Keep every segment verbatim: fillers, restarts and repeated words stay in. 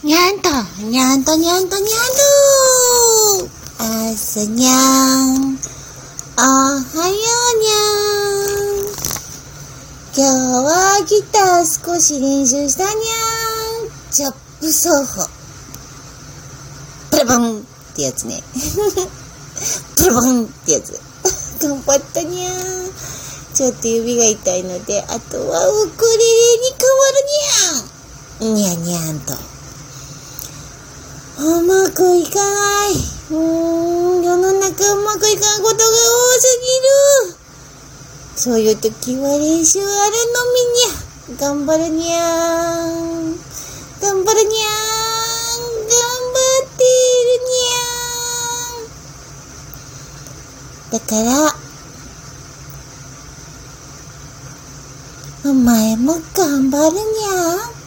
にゃんと、にゃんとにゃんとにゃんとあさにゃん、おはようにゃん。今日はギター少し練習したにゃん。チョップ奏法。プルボンってやつね。プルボンってやつ。頑張ったにゃん。ちょっと指が痛いので、あとはウクレレに変わるにゃん。にゃにゃんと。うまくいかない。うーん、世の中うまくいかんことが多すぎる。そういう時は練習あるのみにゃ。頑張るにゃーん。頑張るにゃーん。頑張っているにゃーん。だから、お前も頑張るにゃー。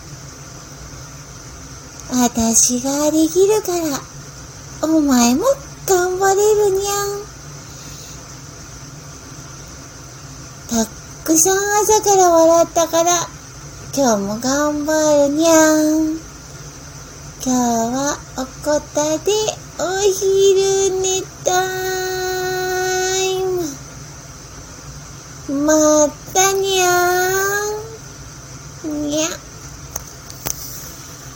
私ができるから、お前も頑張れるにゃん。たくさん朝から笑ったから、今日も頑張るにゃん。今日はおこたでお昼寝タイム。ま